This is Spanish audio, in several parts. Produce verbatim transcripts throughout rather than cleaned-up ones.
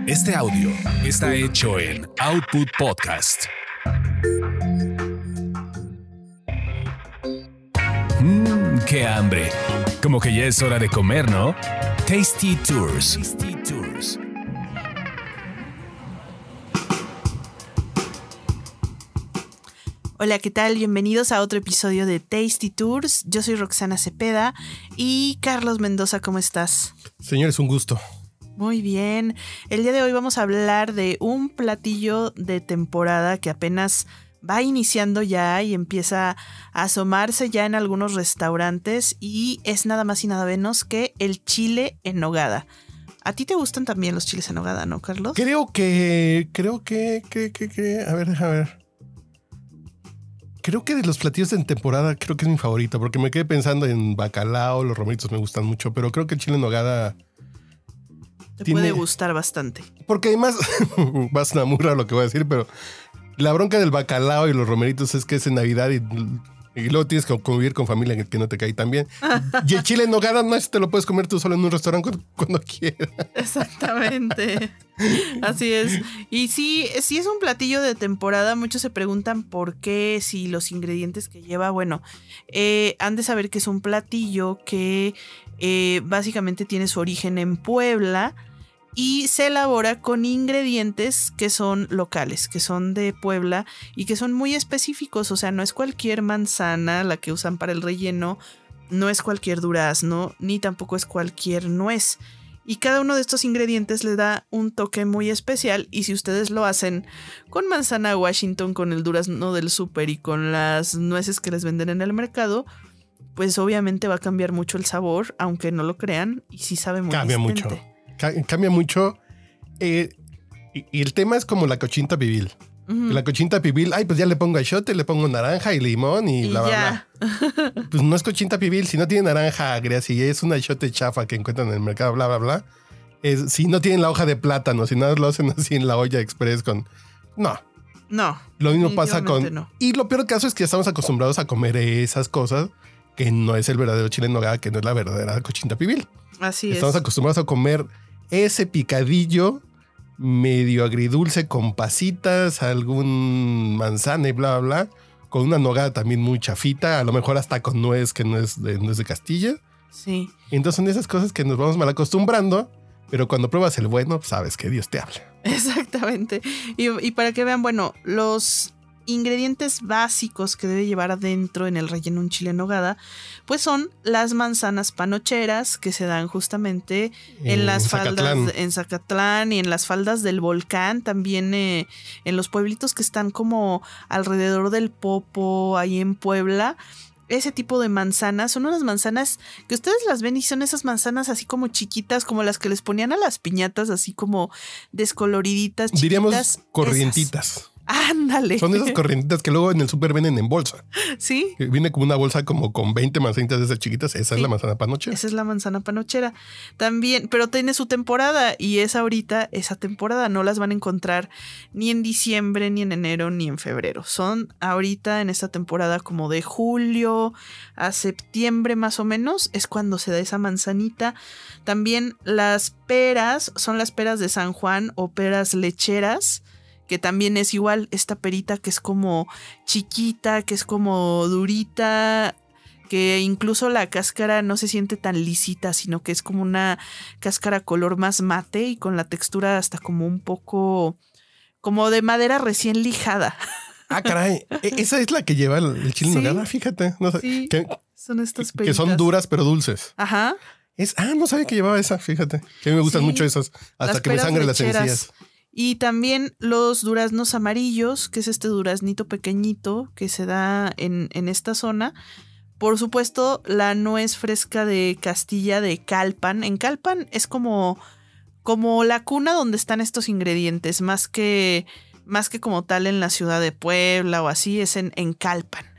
Este audio está hecho en Output Podcast. Mmm, qué hambre. Como que ya es hora de comer, ¿no? Tasty Tours. Tasty Tours. Hola, ¿qué tal? Bienvenidos a otro episodio de Tasty Tours. Yo soy Roxana Cepeda y Carlos Mendoza, ¿cómo estás? Señor, es un gusto. Muy bien. El día de hoy vamos a hablar de un platillo de temporada que apenas va iniciando ya y empieza a asomarse ya en algunos restaurantes y es nada más y nada menos que el chile en nogada. ¿A ti te gustan también los chiles en nogada, no, Carlos? Creo que, creo que, que, que, que, a ver, déjame ver. Creo que de los platillos en temporada creo que es mi favorito porque me quedé pensando en bacalao, los romeritos me gustan mucho, pero creo que el chile en nogada te tiene... puede gustar bastante. Porque además, va a sonar muy raro lo que voy a decir, pero la bronca del bacalao y los romeritos es que es en Navidad y, y luego tienes que convivir con familia que no te cae tan bien. Y el chile en nogada no es, te lo puedes comer tú solo en un restaurante cuando, cuando quieras. Exactamente. Así es. Y sí, sí es un platillo de temporada. Muchos se preguntan por qué, si los ingredientes que lleva. Bueno, eh, han de saber que es un platillo que eh, básicamente tiene su origen en Puebla y se elabora con ingredientes que son locales, que son de Puebla y que son muy específicos. O sea, no es cualquier manzana la que usan para el relleno, no es cualquier durazno, ni tampoco es cualquier nuez. Y cada uno de estos ingredientes le da un toque muy especial. Y si ustedes lo hacen con manzana Washington, con el durazno del súper y con las nueces que les venden en el mercado, pues obviamente va a cambiar mucho el sabor, aunque no lo crean. Y sí sabe muy Cambia distinto. mucho. Ca- cambia mucho. Eh, y, y el tema es como la cochinita pibil. Uh-huh. La cochinita pibil, ay, pues ya le pongo achiote, le pongo naranja y limón y, y bla, bla, ya. bla. Pues no es cochinita pibil, si no tiene naranja agria, si es un achiote chafa que encuentran en el mercado, bla, bla, bla. Es, si no tienen la hoja de plátano, si nada lo hacen así en la olla express con... No. No. Lo mismo pasa con... No. Y lo peor caso es que estamos acostumbrados a comer esas cosas que no es el verdadero chile en nogada, que no es la verdadera cochinita pibil. Así estamos es. Estamos acostumbrados a comer ese picadillo medio agridulce con pasitas, algún manzana y bla, bla, bla, con una nogada también muy chafita, a lo mejor hasta con nuez que no es de, no es de Castilla. Sí. Entonces son esas cosas que nos vamos mal acostumbrando, pero cuando pruebas el bueno, sabes que Dios te habla. Exactamente. Y, y para que vean, bueno, los ingredientes básicos que debe llevar adentro en el relleno un chile en nogada, pues son las manzanas panocheras que se dan justamente en, en las Zacatlán. faldas, en Zacatlán y en las faldas del volcán, también eh, en los pueblitos que están como alrededor del Popo, ahí en Puebla. Ese tipo de manzanas son unas manzanas que ustedes las ven y son esas manzanas así como chiquitas, como las que les ponían a las piñatas, así como descoloriditas, chiquitas. Diríamos corrientitas. Esas. Ándale. Son esas corrientitas que luego en el súper venden en bolsa. Sí. Viene como una bolsa como con veinte manzanitas de esas chiquitas. Esa sí, es la manzana panochera. Esa es la manzana panochera. También, pero tiene su temporada y es ahorita esa temporada. No las van a encontrar ni en diciembre, ni en enero, ni en febrero. Son ahorita en esta temporada como de julio a septiembre más o menos. Es cuando se da esa manzanita. También las peras son las peras de San Juan o peras lecheras, que también es igual esta perita que es como chiquita, que es como durita, que incluso la cáscara no se siente tan lisita, sino que es como una cáscara color más mate y con la textura hasta como un poco como de madera recién lijada. Ah, caray, esa es la que lleva el chile en sí, nogada, fíjate. No sé, sí, que, son estas peritas. Que son duras pero dulces. Ajá. Es, ah, no sabía que llevaba esa, fíjate. Que a mí me gustan sí, mucho esas, hasta las que me sangre las encías. Y también los duraznos amarillos, que es este duraznito pequeñito que se da en, en esta zona. Por supuesto, la nuez fresca de Castilla de Calpan. En Calpan es como, como la cuna donde están estos ingredientes, más que, más que como tal en la ciudad de Puebla o así, es en, en Calpan.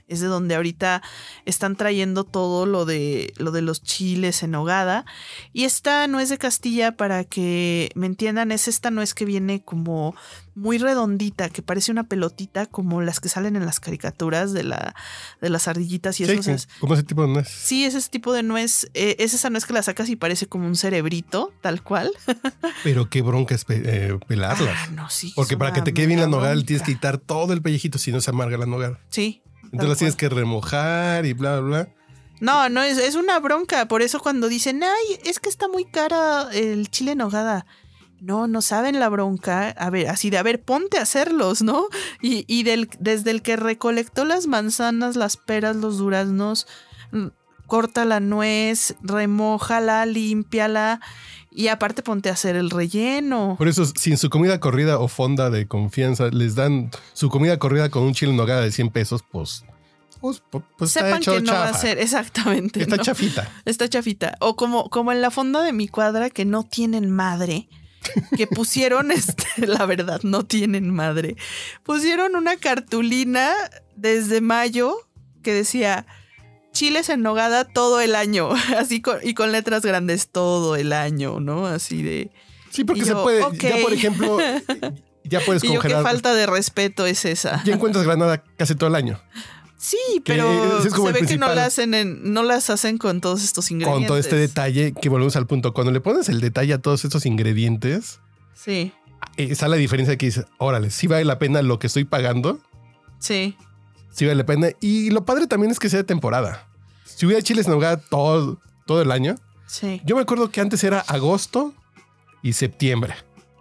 es de donde ahorita están trayendo todo lo de, lo de los chiles en nogada. Y esta nuez de Castilla, para que me entiendan, es esta nuez que viene como muy redondita, que parece una pelotita como las que salen en las caricaturas de, la, de las ardillitas y sí, eso. Es, como ese tipo de nuez. Sí, es ese tipo de nuez. Eh, es esa nuez que la sacas y parece como un cerebrito, tal cual. Pero qué bronca es pe- eh, pelarlas. Ah, no, sí. Porque para que te quede bien la nogada, le tienes que quitar todo el pellejito, si no se amarga la nogada. Sí. Entonces las tienes que remojar y bla, bla, bla. No, no, es, es una bronca. Por eso cuando dicen, ay, es que está muy cara el chile en nogada. No, no saben la bronca. A ver, así de, a ver, ponte a hacerlos, ¿no? Y, y del, desde el que recolectó las manzanas, las peras, los duraznos, corta la nuez, remójala, límpiala. Y aparte ponte a hacer el relleno. Por eso, si en su comida corrida o fonda de confianza les dan su comida corrida con un chile en nogada de cien pesos, pues, pues, pues está Sepan hecho que no chafa. va a ser, exactamente. Está ¿no? chafita. Está chafita. O como, como en la fonda de mi cuadra, que no tienen madre, que pusieron, este, la verdad, no tienen madre. Pusieron una cartulina desde mayo que decía chiles en nogada todo el año, así con, y con letras grandes todo el año, ¿no? Así de... Sí, porque y se yo, puede, okay. ya por ejemplo, ya puedes y yo, congelar. qué falta de respeto es esa. Ya encuentras granada casi todo el año. Sí, Que pero ese es como se el ve que principal. no las hacen en, no las hacen con todos estos ingredientes. Con todo este detalle, que volvemos al punto. Cuando le pones el detalle a todos estos ingredientes, Sí, esa es la diferencia que dices, órale, sí vale la pena lo que estoy pagando. sí. Sí vale la pena. Y lo padre también es que sea de temporada. Si hubiera chiles en nogada todo, todo el año. Sí. Yo me acuerdo que antes era agosto y septiembre.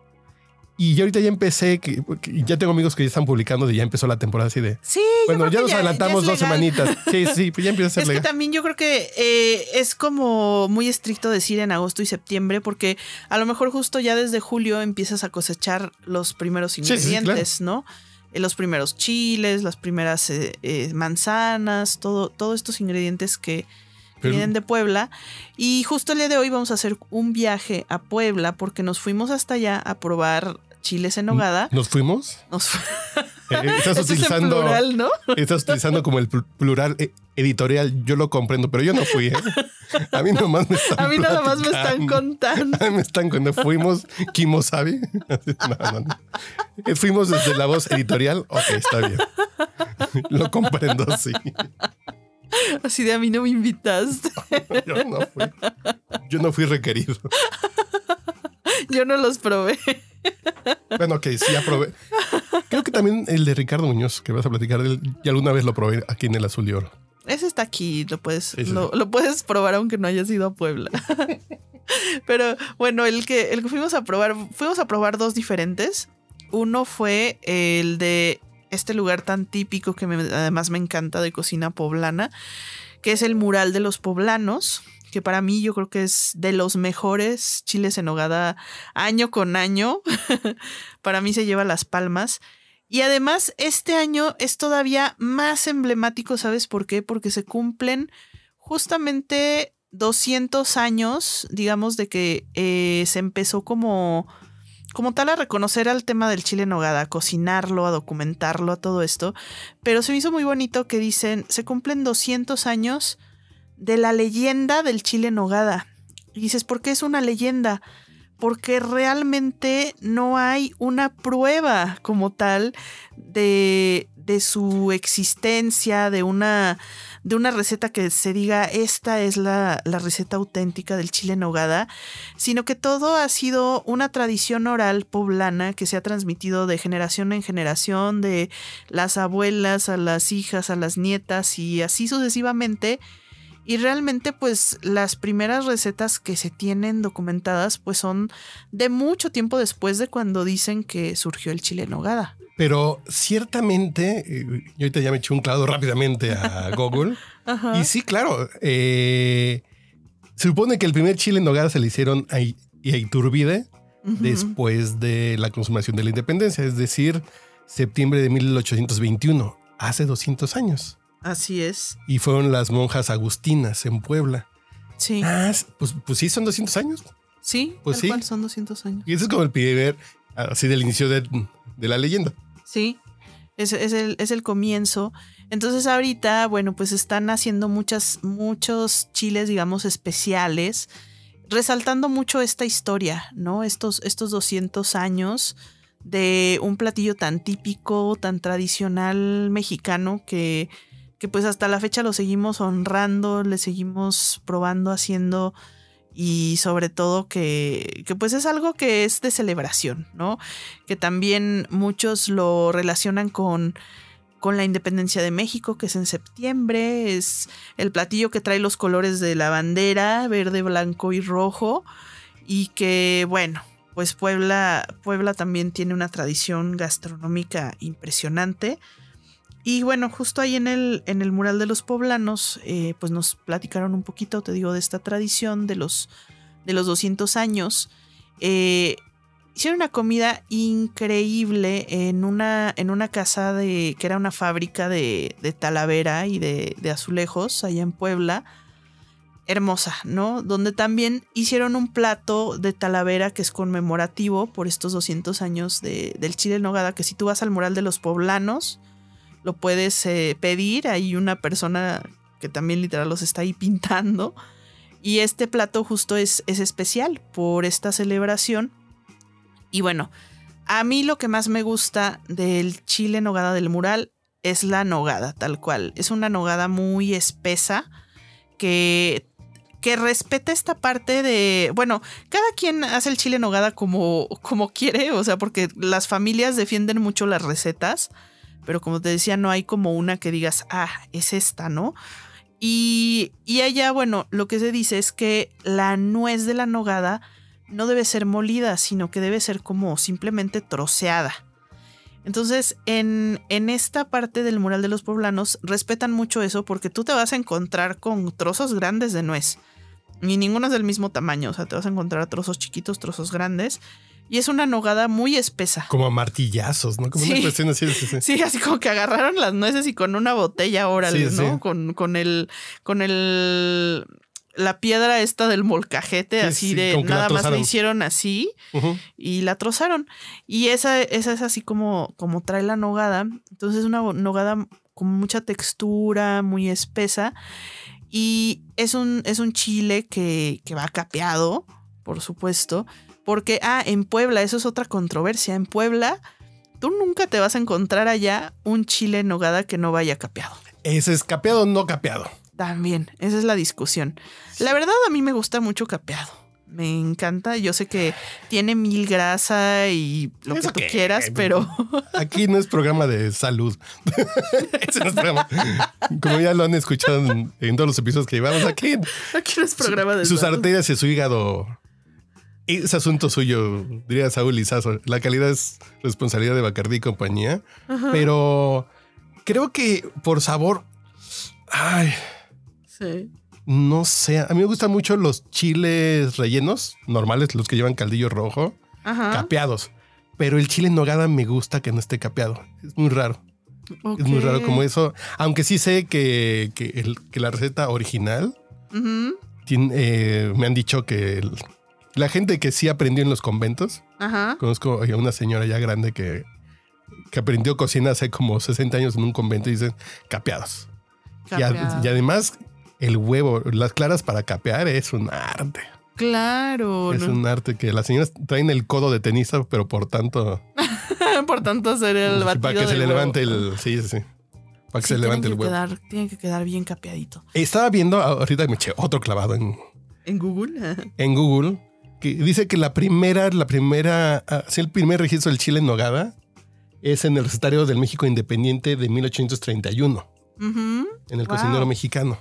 Y yo ahorita ya empecé, que, que ya tengo amigos que ya están publicando de ya empezó la temporada así de... Sí, Bueno, yo creo ya que nos ya- adelantamos ya dos es legal. semanitas. Sí, sí, pues ya empieza a ser Es que legal. también yo creo que eh, es como muy estricto decir en agosto y septiembre, porque a lo mejor justo ya desde julio empiezas a cosechar los primeros sí, sí, ingredientes, ¿no? Eh, los primeros chiles, las primeras eh, eh, manzanas, todo, todos estos ingredientes que, que Pero- vienen de Puebla. Y justo el día de hoy vamos a hacer un viaje a Puebla porque nos fuimos hasta allá a probar chiles en nogada. ¿Nos fuimos? Nos fu- Eh, estás Eso es en utilizando... plural, ¿no? Estás utilizando como el pl- plural eh, editorial. Yo lo comprendo, pero yo no fui. ¿eh? A mí nomás me están A mí nada más me están platicando. contando. A mí me están cuando fuimos Kimosabi. No, no, no. Eh, Fuimos desde la voz editorial. Ok, está bien. Lo comprendo, sí. Así de a mí no me invitaste. Yo no fui. Yo no fui requerido. Yo no los probé. Bueno, ok, sí, ya probé. Creo que también el de Ricardo Muñoz, que vas a platicar de él, y alguna vez lo probé aquí en el Azul y Oro. Ese está aquí, lo puedes, Sí, sí, lo, sí. lo puedes probar aunque no hayas ido a Puebla. Pero bueno, el que, el que fuimos a probar, fuimos a probar dos diferentes. Uno fue el de este lugar tan típico que me- además me encanta de cocina poblana, que es el Mural de los Poblanos, que para mí yo creo que es de los mejores chiles en nogada año con año. Para mí se lleva las palmas. Y además este año es todavía más emblemático, ¿sabes por qué? Porque se cumplen justamente doscientos años, digamos, de que eh, se empezó como, como tal a reconocer al tema del chile en nogada, a cocinarlo, a documentarlo, a todo esto. Pero se me hizo muy bonito que dicen, se cumplen doscientos años de la leyenda del chile en nogada. Y dices, ¿por qué es una leyenda? Porque realmente no hay una prueba como tal de, de su existencia, de una, de una receta que se diga esta es la, la receta auténtica del chile en nogada, sino que todo ha sido una tradición oral poblana que se ha transmitido de generación en generación, de las abuelas a las hijas, a las nietas y así sucesivamente. Y realmente pues las primeras recetas que se tienen documentadas pues son de mucho tiempo después de cuando dicen que surgió el chile en nogada. Pero ciertamente, eh, yo ahorita ya me eché un clavo rápidamente a Google. Ajá. Y sí, claro, eh, se supone que el primer chile en nogada se le hicieron a, I- a Iturbide Ujú. después de la consumación de la independencia, es decir, septiembre de mil ochocientos veintiuno, hace doscientos años. Así es. Y fueron las monjas agustinas en Puebla. Sí. Ah, pues, pues sí, son doscientos años. Sí, pues tal sí. cual, son doscientos años. Y ese es como el primer, así del inicio de, de la leyenda. Sí. Es, es, el, es el comienzo. Entonces ahorita, bueno, pues están haciendo muchas, muchos chiles, digamos, especiales, resaltando mucho esta historia, ¿no? Estos, estos doscientos años de un platillo tan típico, tan tradicional mexicano que, que pues hasta la fecha lo seguimos honrando, le seguimos probando, haciendo... Y sobre todo que, que pues es algo que es de celebración, ¿no? Que también muchos lo relacionan con, con la independencia de México, que es en septiembre. Es el platillo que trae los colores de la bandera, verde, blanco y rojo. Y que, bueno, pues Puebla, Puebla también tiene una tradición gastronómica impresionante. Y bueno, justo ahí en el, en el mural de los poblanos, eh, pues nos platicaron un poquito, te digo, de esta tradición de los, de los doscientos años. Eh, hicieron una comida increíble en una, en una casa de, que era una fábrica de, de talavera y de, de azulejos allá en Puebla. Hermosa, ¿no? Donde también hicieron un plato de talavera que es conmemorativo por estos doscientos años de, del chile en nogada, que si tú vas al mural de los poblanos, lo puedes eh, pedir. Hay una persona que también literal los está ahí pintando. Y este plato justo es, es especial por esta celebración. Y bueno, a mí lo que más me gusta del chile en nogada del mural es la nogada, tal cual. Es una nogada muy espesa que, que respeta esta parte de... Bueno, cada quien hace el chile en nogada como, como quiere, o sea, porque las familias defienden mucho las recetas. Pero como te decía, no hay como una que digas, ah, es esta, ¿no? Y, y allá, bueno, lo que se dice es que la nuez de la nogada no debe ser molida, sino que debe ser como simplemente troceada. Entonces, en, en esta parte del mural de los poblanos respetan mucho eso porque tú te vas a encontrar con trozos grandes de nuez. Ni ninguno es del mismo tamaño, o sea, te vas a encontrar trozos chiquitos, trozos grandes. Y es una nogada muy espesa. Como a martillazos, ¿no? Como sí. una cuestión así. Sí, sí. sí, así como que agarraron las nueces y con una botella, órale, sí, ¿no? Sí. Con, con el... Con el... La piedra esta del molcajete, sí, así sí, de nada más la hicieron así uh-huh. y la trozaron. Y esa, esa es así como, como trae la nogada. Entonces es una nogada con mucha textura, muy espesa. Y es un, es un chile que, que va capeado, por supuesto. Porque, ah, en Puebla, eso es otra controversia. En Puebla, tú nunca te vas a encontrar allá un chile en nogada que no vaya capeado. ¿Ese es capeado o no capeado? También, esa es la discusión. La verdad, a mí me gusta mucho capeado. Me encanta. Yo sé que tiene mil grasa y lo ¿Eso que tú qué? quieras, pero... Aquí no es programa de salud. Ese no es programa. Como ya lo han escuchado en, en todos los episodios que llevamos aquí. Aquí no es programa de su, salud. Sus arterias y su hígado... Es asunto suyo, diría Saúl Lizazo. La calidad es responsabilidad de Bacardí y compañía. Ajá. Pero creo que por sabor... Ay... Sí. No sé, a mí me gustan mucho los chiles rellenos, normales, los que llevan caldillo rojo, Ajá. capeados. Pero el chile en nogada me gusta que no esté capeado. Es muy raro. Okay. Es muy raro como eso. Aunque sí sé que, que, el, que la receta original, uh-huh. tiene, eh, me han dicho que el, la gente que sí aprendió en los conventos, Ajá. conozco a una señora ya grande que, que aprendió cocina hace como sesenta años en un convento y dicen capeados. Y, a, y además... El huevo, las claras para capear es un arte. Claro. Es ¿no? un arte que las señoras traen el codo de tenista, pero por tanto... por tanto hacer el batido Para que se le huevo. levante el... Sí, sí, sí. Para que sí, se levante el huevo. Quedar, tiene que quedar bien capeadito. Estaba viendo, ahorita me eché otro clavado en... ¿En Google? en Google, que dice que la primera, la primera... Sí, el primer registro del chile en nogada es en el recetario del México Independiente de mil ochocientos treinta y uno. Uh-huh. En el wow. cocinero mexicano.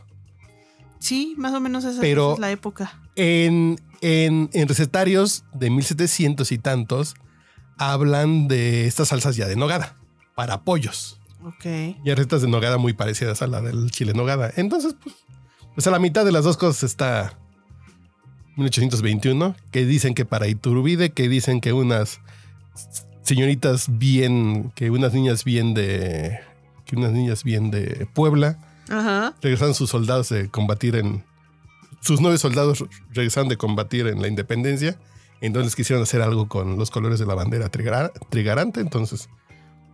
Sí, más o menos esa, Pero esa es la época. En, en, en recetarios de mil setecientos y tantos hablan de estas salsas ya de nogada para pollos. Ok. Y hay recetas de nogada muy parecidas a la del chile en nogada. Entonces, pues, pues a la mitad de las dos cosas está mil ochocientos veintiuno, que dicen que para Iturbide, que dicen que unas señoritas bien, que unas niñas bien de, que unas niñas bien de Puebla. Ajá. Regresaron sus soldados de combatir en... Sus nueve soldados regresaron de combatir en la independencia. Entonces quisieron hacer algo con los colores de la bandera trigar, trigarante. Entonces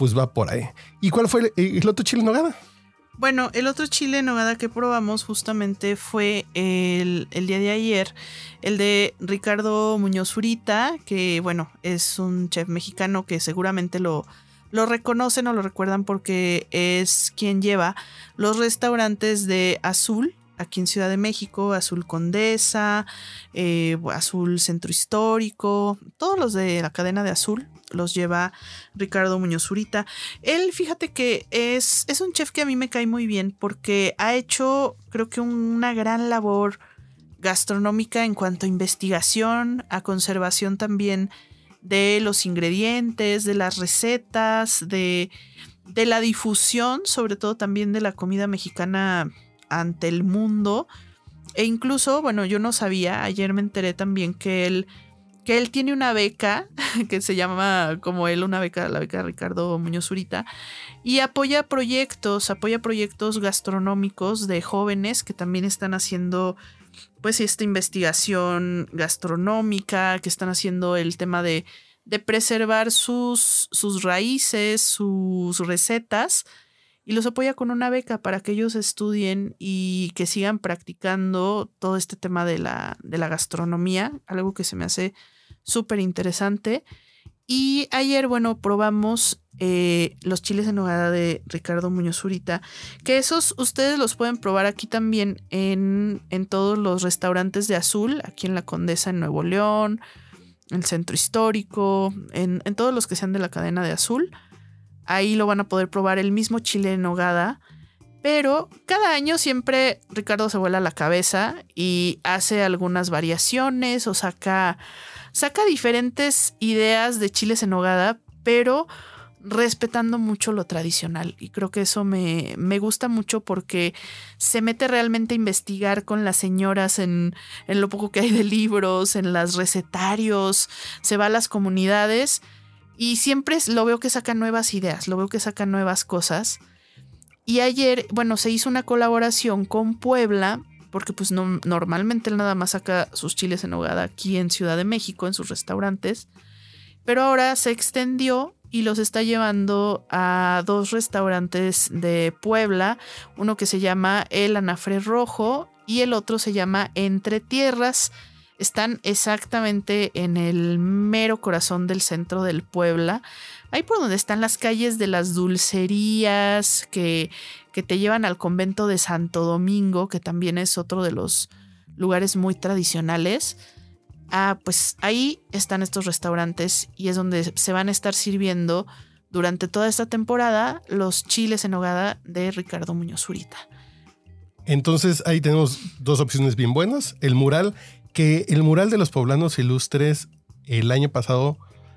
pues va por ahí. ¿Y cuál fue el, el otro chile en nogada? Bueno, el otro chile en nogada que probamos justamente fue el, el día de ayer, el de Ricardo Muñoz Zurita, que bueno, es un chef mexicano que seguramente lo, lo reconocen o lo recuerdan porque es quien lleva los restaurantes de Azul, aquí en Ciudad de México, Azul Condesa, eh, Azul Centro Histórico, todos los de la cadena de Azul los lleva Ricardo Muñoz Zurita. Él, fíjate que es, es un chef que a mí me cae muy bien porque ha hecho, creo que una gran labor gastronómica en cuanto a investigación, a conservación también de los ingredientes, de las recetas, de, de la difusión, sobre todo también de la comida mexicana ante el mundo. E incluso, bueno, yo no sabía, ayer me enteré también que él que él tiene una beca que se llama como él, una beca, la beca de Ricardo Muñoz Zurita, y apoya proyectos, apoya proyectos gastronómicos de jóvenes que también están haciendo pues esta investigación gastronómica, que están haciendo el tema de, de preservar sus, sus raíces, sus recetas, y los apoya con una beca para que ellos estudien y que sigan practicando todo este tema de la, de la gastronomía, algo que se me hace súper interesante. Y ayer, bueno, probamos eh, los chiles en nogada de Ricardo Muñoz Zurita, que esos ustedes los pueden probar aquí también en, en todos los restaurantes de Azul, aquí en la Condesa en Nuevo León, en el Centro Histórico, en, en todos los que sean de la cadena de Azul. Ahí lo van a poder probar el mismo chile en nogada, pero cada año siempre Ricardo se vuela la cabeza y hace algunas variaciones o saca, saca diferentes ideas de chiles en nogada, pero respetando mucho lo tradicional. Y creo que eso me, me gusta mucho porque se mete realmente a investigar con las señoras en, en lo poco que hay de libros, en los recetarios, se va a las comunidades. Y siempre lo veo que saca nuevas ideas, lo veo que saca nuevas cosas. Y ayer, bueno, se hizo una colaboración con Puebla, porque pues no, normalmente él nada más saca sus chiles en nogada aquí en Ciudad de México, en sus restaurantes. Pero ahora se extendió y los está llevando a dos restaurantes de Puebla. Uno que se llama El Anafre Rojo y el otro se llama Entre Tierras. Están exactamente en el mero corazón del centro del Puebla. Ahí por donde están las calles de las dulcerías que, que te llevan al convento de Santo Domingo, que también es otro de los lugares muy tradicionales. Ah, pues ahí están estos restaurantes y es donde se van a estar sirviendo durante toda esta temporada los chiles en nogada de Ricardo Muñoz Zurita. Entonces ahí tenemos dos opciones bien buenas. El mural, que el mural de los poblanos ilustres, el año pasado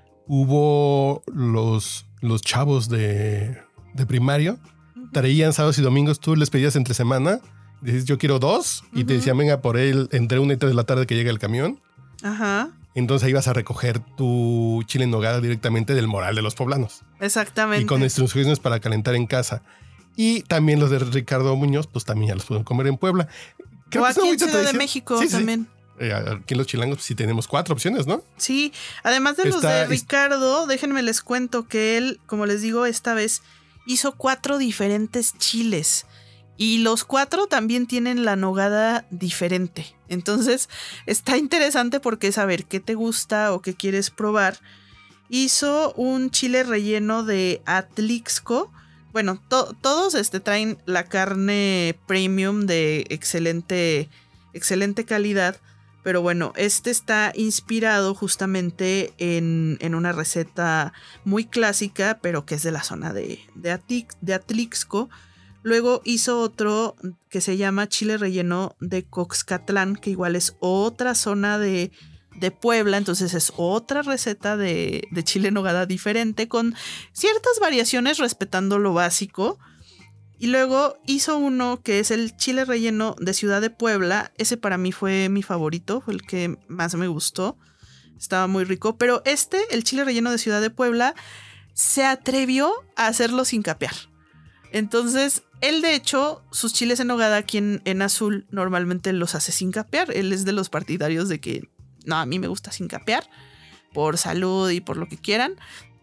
hubo los, los chavos de, de primario, uh-huh. traían sábados y domingos, tú les pedías entre semana, dices yo quiero dos, uh-huh. y te decían venga por él entre una y tres de la tarde que llega el camión. Ajá. Entonces ahí vas a recoger tu chile en nogada directamente del mural de los poblanos. Exactamente. Y con instrucciones para calentar en casa. Y también los de Ricardo Muñoz, pues también ya los pueden comer en Puebla. Creo o aquí en Ciudad tradición. de México sí, también. Sí. Eh, aquí en Los Chilangos pues, sí tenemos cuatro opciones, ¿no? Sí, además de los Está, de Ricardo, déjenme les cuento que él, como les digo, esta vez hizo cuatro diferentes chiles. Y los cuatro también tienen la nogada diferente. Entonces está interesante porque saber qué te gusta o qué quieres probar. Hizo un chile relleno de Atlixco. Bueno, to- todos este, traen la carne premium de excelente, excelente calidad. Pero bueno, este está inspirado justamente en, en una receta muy clásica, pero que es de la zona de, de, Atix, de Atlixco. Luego hizo otro que se llama chile relleno de Coxcatlán, que igual es otra zona de, de Puebla. Entonces es otra receta de, de chile en nogada diferente, con ciertas variaciones respetando lo básico. Y luego hizo uno que es el chile relleno de Ciudad de Puebla. Ese para mí fue mi favorito, fue el que más me gustó. Estaba muy rico. Pero este, el chile relleno de Ciudad de Puebla, se atrevió a hacerlo sin capear. Entonces, él de hecho, sus chiles en nogada aquí en, en Azul normalmente los hace sin capear. Él es de los partidarios de que, no, a mí me gusta sin capear, por salud y por lo que quieran.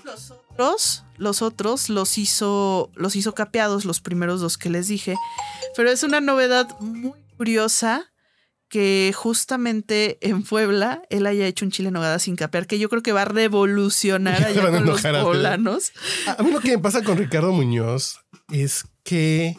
Los otros, los otros los hizo, los hizo capeados, los primeros dos que les dije. Pero es una novedad muy curiosa que justamente en Puebla él haya hecho un chile en nogada sin capear, que yo creo que va a revolucionar allá con los poblanos. A, a mí lo que me pasa con Ricardo Muñoz es que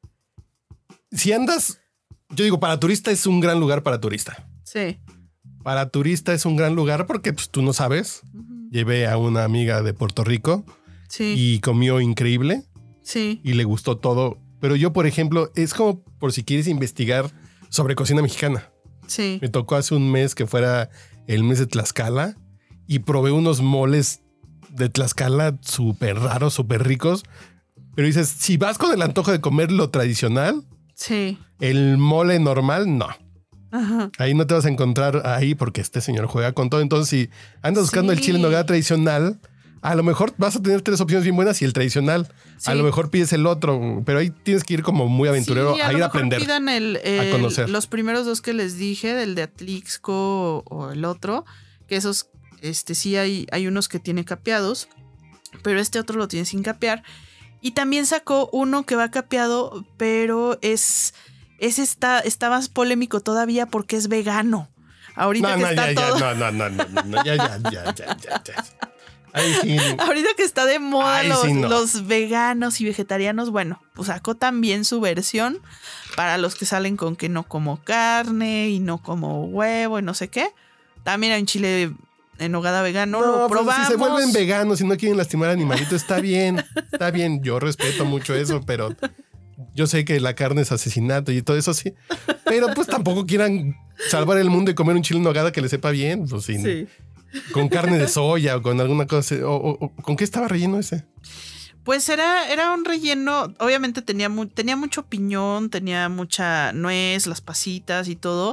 si andas, yo digo, para turista es un gran lugar para turista. Sí. Para turista es un gran lugar porque pues, tú no sabes. Uh-huh. Llevé a una amiga de Puerto Rico sí. y comió increíble. Sí. Y le gustó todo. Pero yo, por ejemplo, es como por si quieres investigar sobre cocina mexicana. Sí. Me tocó hace un mes que fuera el mes de Tlaxcala y probé unos moles de Tlaxcala súper raros, súper ricos. Pero dices, si vas con el antojo de comer lo tradicional, sí. El mole normal, no. Ajá. Ahí no te vas a encontrar ahí porque este señor juega con todo. Entonces, si andas buscando sí. el chile en nogada tradicional, a lo mejor vas a tener tres opciones bien buenas y el tradicional. Sí. A lo mejor pides el otro, pero ahí tienes que ir como muy aventurero sí, a, a ir a aprender. Pidan el, el, a conocer. Los primeros dos que les dije, del de Atlixco o, o el otro, que esos, este sí hay, hay unos que tiene capeados, pero este otro lo tiene sin capear. Y también sacó uno que va capeado, pero es, es está, está más polémico todavía porque es vegano. Ahorita no, que no, está ya, todo. Ya, no, no, no, no, no, ya, ya, ya, ya, ya, ya. Ay, sí. Ahorita que está de moda Ay, los, sí, no. los veganos y vegetarianos, bueno, pues sacó también su versión para los que salen con que no como carne y no como huevo y no sé qué. También hay un chile en nogada vegano, no, lo probamos. Si se vuelven veganos y no quieren lastimar animalitos, está bien, está bien. Yo respeto mucho eso, pero yo sé que la carne es asesinato y todo eso sí. Pero pues tampoco quieran salvar el mundo y comer un chile en nogada que le sepa bien, pues sí. sí. Con carne de soya o con alguna cosa. O, o, o, ¿Con qué estaba relleno ese? Pues era, era un relleno. Obviamente tenía, mu- tenía mucho piñón, tenía mucha nuez, las pasitas y todo.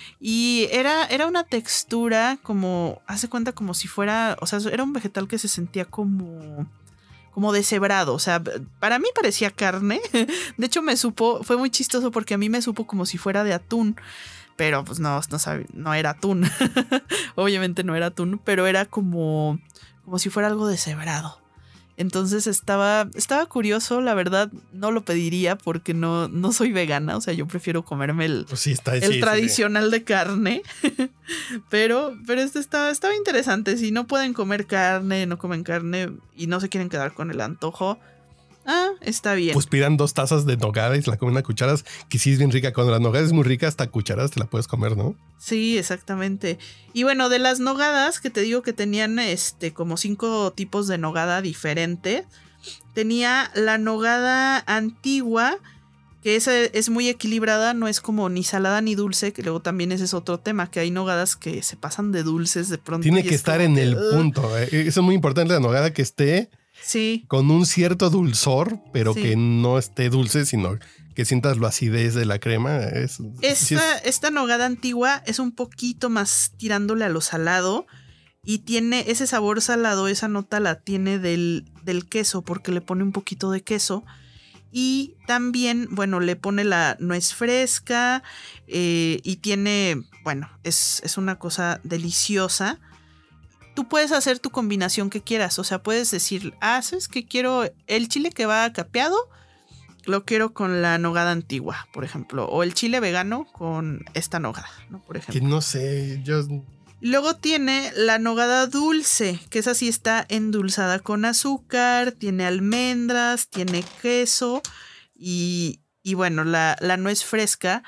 Y era, era una textura como. Hace cuenta como si fuera. O sea, era un vegetal que se sentía como. Como deshebrado. O sea, para mí parecía carne. De hecho, me supo. Fue muy chistoso porque a mí me supo como si fuera de atún. Pero pues no, no, sabe, no era atún. Obviamente no era atún, pero era como, como si fuera algo deshebrado. Entonces estaba, estaba curioso, la verdad no lo pediría porque no, no soy vegana, o sea, yo prefiero comerme el, pues sí, está, el sí, tradicional sí, sí. de carne. pero, pero este estaba, estaba interesante. Si no pueden comer carne, no comen carne y no se quieren quedar con el antojo, ah, está bien. Pues pidan dos tazas de nogada y se la comen a cucharas, que sí es bien rica. Cuando la nogada es muy rica, hasta cucharas te la puedes comer, ¿no? Sí, exactamente. Y bueno, de las nogadas, que te digo que tenían este como cinco tipos de nogada diferente. Tenía la nogada antigua, que esa es muy equilibrada, no es como ni salada ni dulce, que luego también ese es otro tema, que hay nogadas que se pasan de dulces de pronto. Tiene que estar en que, el uh, punto. Eh. Eso es muy importante, la nogada que esté sí. con un cierto dulzor, pero sí. que no esté dulce, sino que sientas la acidez de la crema. Es, esta, sí es... esta nogada antigua es un poquito más tirándole a lo salado y tiene ese sabor salado, esa nota la tiene del, del queso porque le pone un poquito de queso. Y también, bueno, le pone la nuez fresca eh, y tiene, bueno, es, es una cosa deliciosa. Tú puedes hacer tu combinación que quieras, o sea, puedes decir, ah, ¿sabes qué? Quiero el chile que va capeado, lo quiero con la nogada antigua, por ejemplo, o el chile vegano con esta nogada, ¿no? Por ejemplo. Que no sé, yo... Luego tiene la nogada dulce, que esa sí está endulzada con azúcar, tiene almendras, tiene queso y, y bueno, la, la nuez fresca.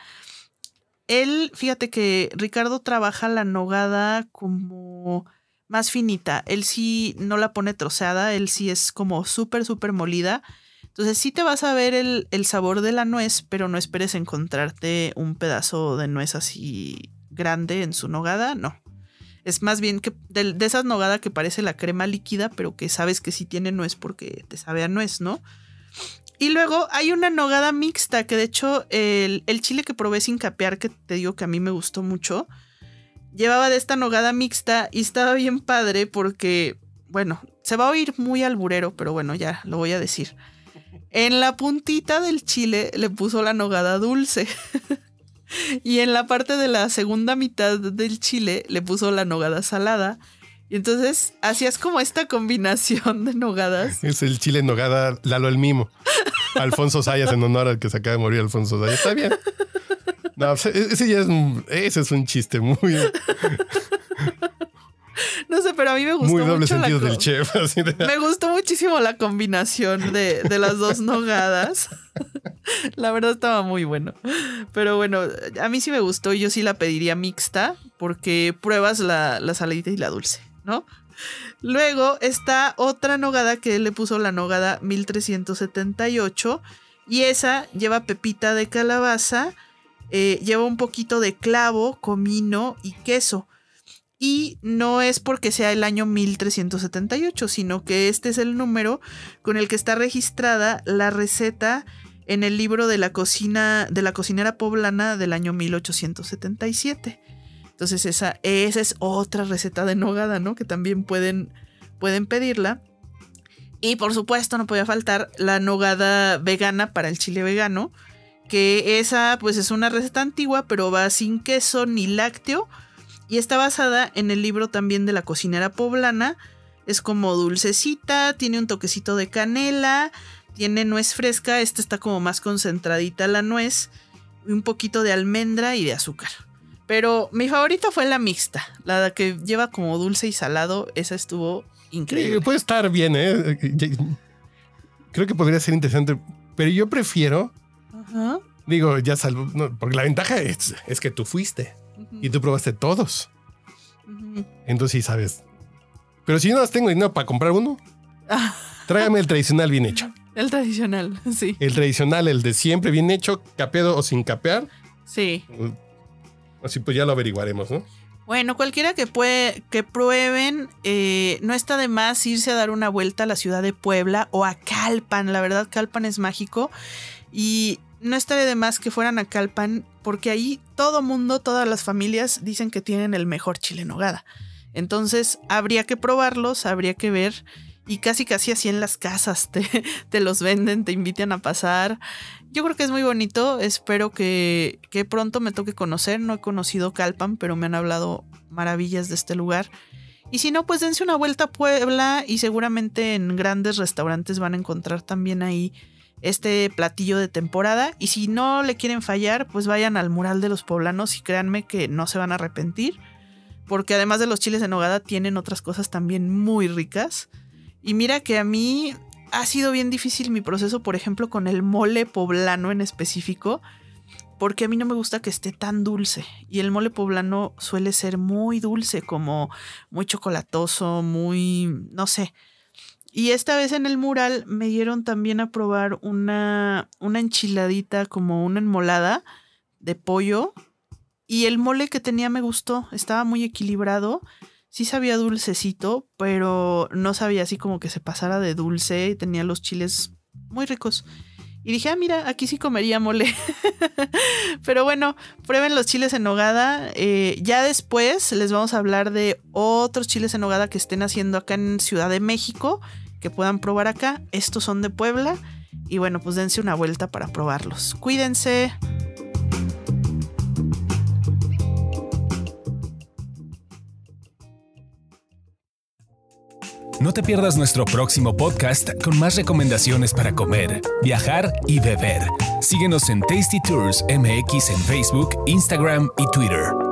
Él, fíjate que Ricardo trabaja la nogada como más finita. Él sí no la pone troceada, él sí es como súper, súper molida. Entonces sí te vas a ver el, el sabor de la nuez, pero no esperes encontrarte un pedazo de nuez así grande en su nogada, no. Es más bien que de, de esas nogada que parece la crema líquida, pero que sabes que sí tiene nuez porque te sabe a nuez, ¿no? Y luego hay una nogada mixta, que de hecho el, el chile que probé sin capear, que te digo que a mí me gustó mucho, llevaba de esta nogada mixta y estaba bien padre porque, bueno, se va a oír muy alburero, pero bueno, ya lo voy a decir. En la puntita del chile le puso la nogada dulce. Y en la parte de la segunda mitad del chile le puso la nogada salada. Y entonces hacías como esta combinación de nogadas. Es el chile en nogada, Lalo el Mimo. Alfonso Sayas, en honor al que se acaba de morir Alfonso Sayas. Está bien. No, ese ya es, ese es un chiste muy... No sé, pero a mí me gustó muy doble mucho sentido la del chef. Así de... Me gustó muchísimo la combinación de, de las dos nogadas. La verdad estaba muy bueno. Pero bueno, a mí sí me gustó y yo sí la pediría mixta porque pruebas la, la saladita y la dulce, ¿no? Luego está otra nogada que él le puso la nogada mil trescientos setenta y ocho y esa lleva pepita de calabaza, eh, lleva un poquito de clavo, comino y queso. Y no es porque sea el año mil trescientos setenta y ocho, sino que este es el número con el que está registrada la receta en el libro de la cocina de la cocinera poblana del año mil ochocientos setenta y siete. Entonces esa, esa es otra receta de nogada, ¿no? Que también pueden, pueden pedirla. Y por supuesto no podía faltar la nogada vegana para el chile vegano, que esa pues es una receta antigua, pero va sin queso ni lácteo. Y está basada en el libro también de la cocinera poblana. Es como dulcecita, tiene un toquecito de canela, tiene nuez fresca, esta está como más concentradita la nuez, un poquito de almendra y de azúcar. Pero mi favorita fue la mixta, la que lleva como dulce y salado, esa estuvo increíble. Sí, puede estar bien, ¿eh? Creo que podría ser interesante, pero yo prefiero, Ajá. digo, ya salvo, no, porque la ventaja es, es que tú fuiste. Y tú probaste todos. Uh-huh. Entonces sí sabes. Pero si no las tengo dinero para comprar uno, ah. tráigame el tradicional bien hecho. El tradicional, sí. El tradicional, el de siempre bien hecho, capeado o sin capear. Sí. Así pues ya lo averiguaremos, ¿no? Bueno, cualquiera que, puede, que prueben, eh, no está de más irse a dar una vuelta a la ciudad de Puebla o a Calpan. La verdad, Calpan es mágico. Y no estaría de más que fueran a Calpan, porque ahí todo mundo, todas las familias dicen que tienen el mejor chile en nogada. Entonces habría que probarlos, habría que ver, y casi casi así en las casas te, te los venden, te invitan a pasar. Yo creo que es muy bonito, espero que, que pronto me toque conocer. No he conocido Calpan, pero me han hablado maravillas de este lugar. Y si no, pues dense una vuelta a Puebla y seguramente en grandes restaurantes van a encontrar también ahí este platillo de temporada. Y si no le quieren fallar, pues vayan al mural de los poblanos y créanme que no se van a arrepentir, porque además de los chiles en nogada tienen otras cosas también muy ricas. Y mira que a mí ha sido bien difícil mi proceso, por ejemplo, con el mole poblano en específico, porque a mí no me gusta que esté tan dulce. Y el mole poblano suele ser muy dulce, como muy chocolatoso, muy, no sé. Y esta vez en el mural me dieron también a probar una, una enchiladita, como una enmolada de pollo. Y el mole que tenía me gustó, estaba muy equilibrado. Sí sabía dulcecito, pero no sabía así como que se pasara de dulce. Y tenía los chiles muy ricos. Y dije, ah, mira, aquí sí comería mole. Pero bueno, prueben los chiles en nogada. Eh, ya después les vamos a hablar de otros chiles en nogada que estén haciendo acá en Ciudad de México, que puedan probar acá. Estos son de Puebla. Y bueno, pues dense una vuelta para probarlos. Cuídense. No te pierdas nuestro próximo podcast con más recomendaciones para comer, viajar y beber. Síguenos en Tasty Tours M X en Facebook, Instagram y Twitter.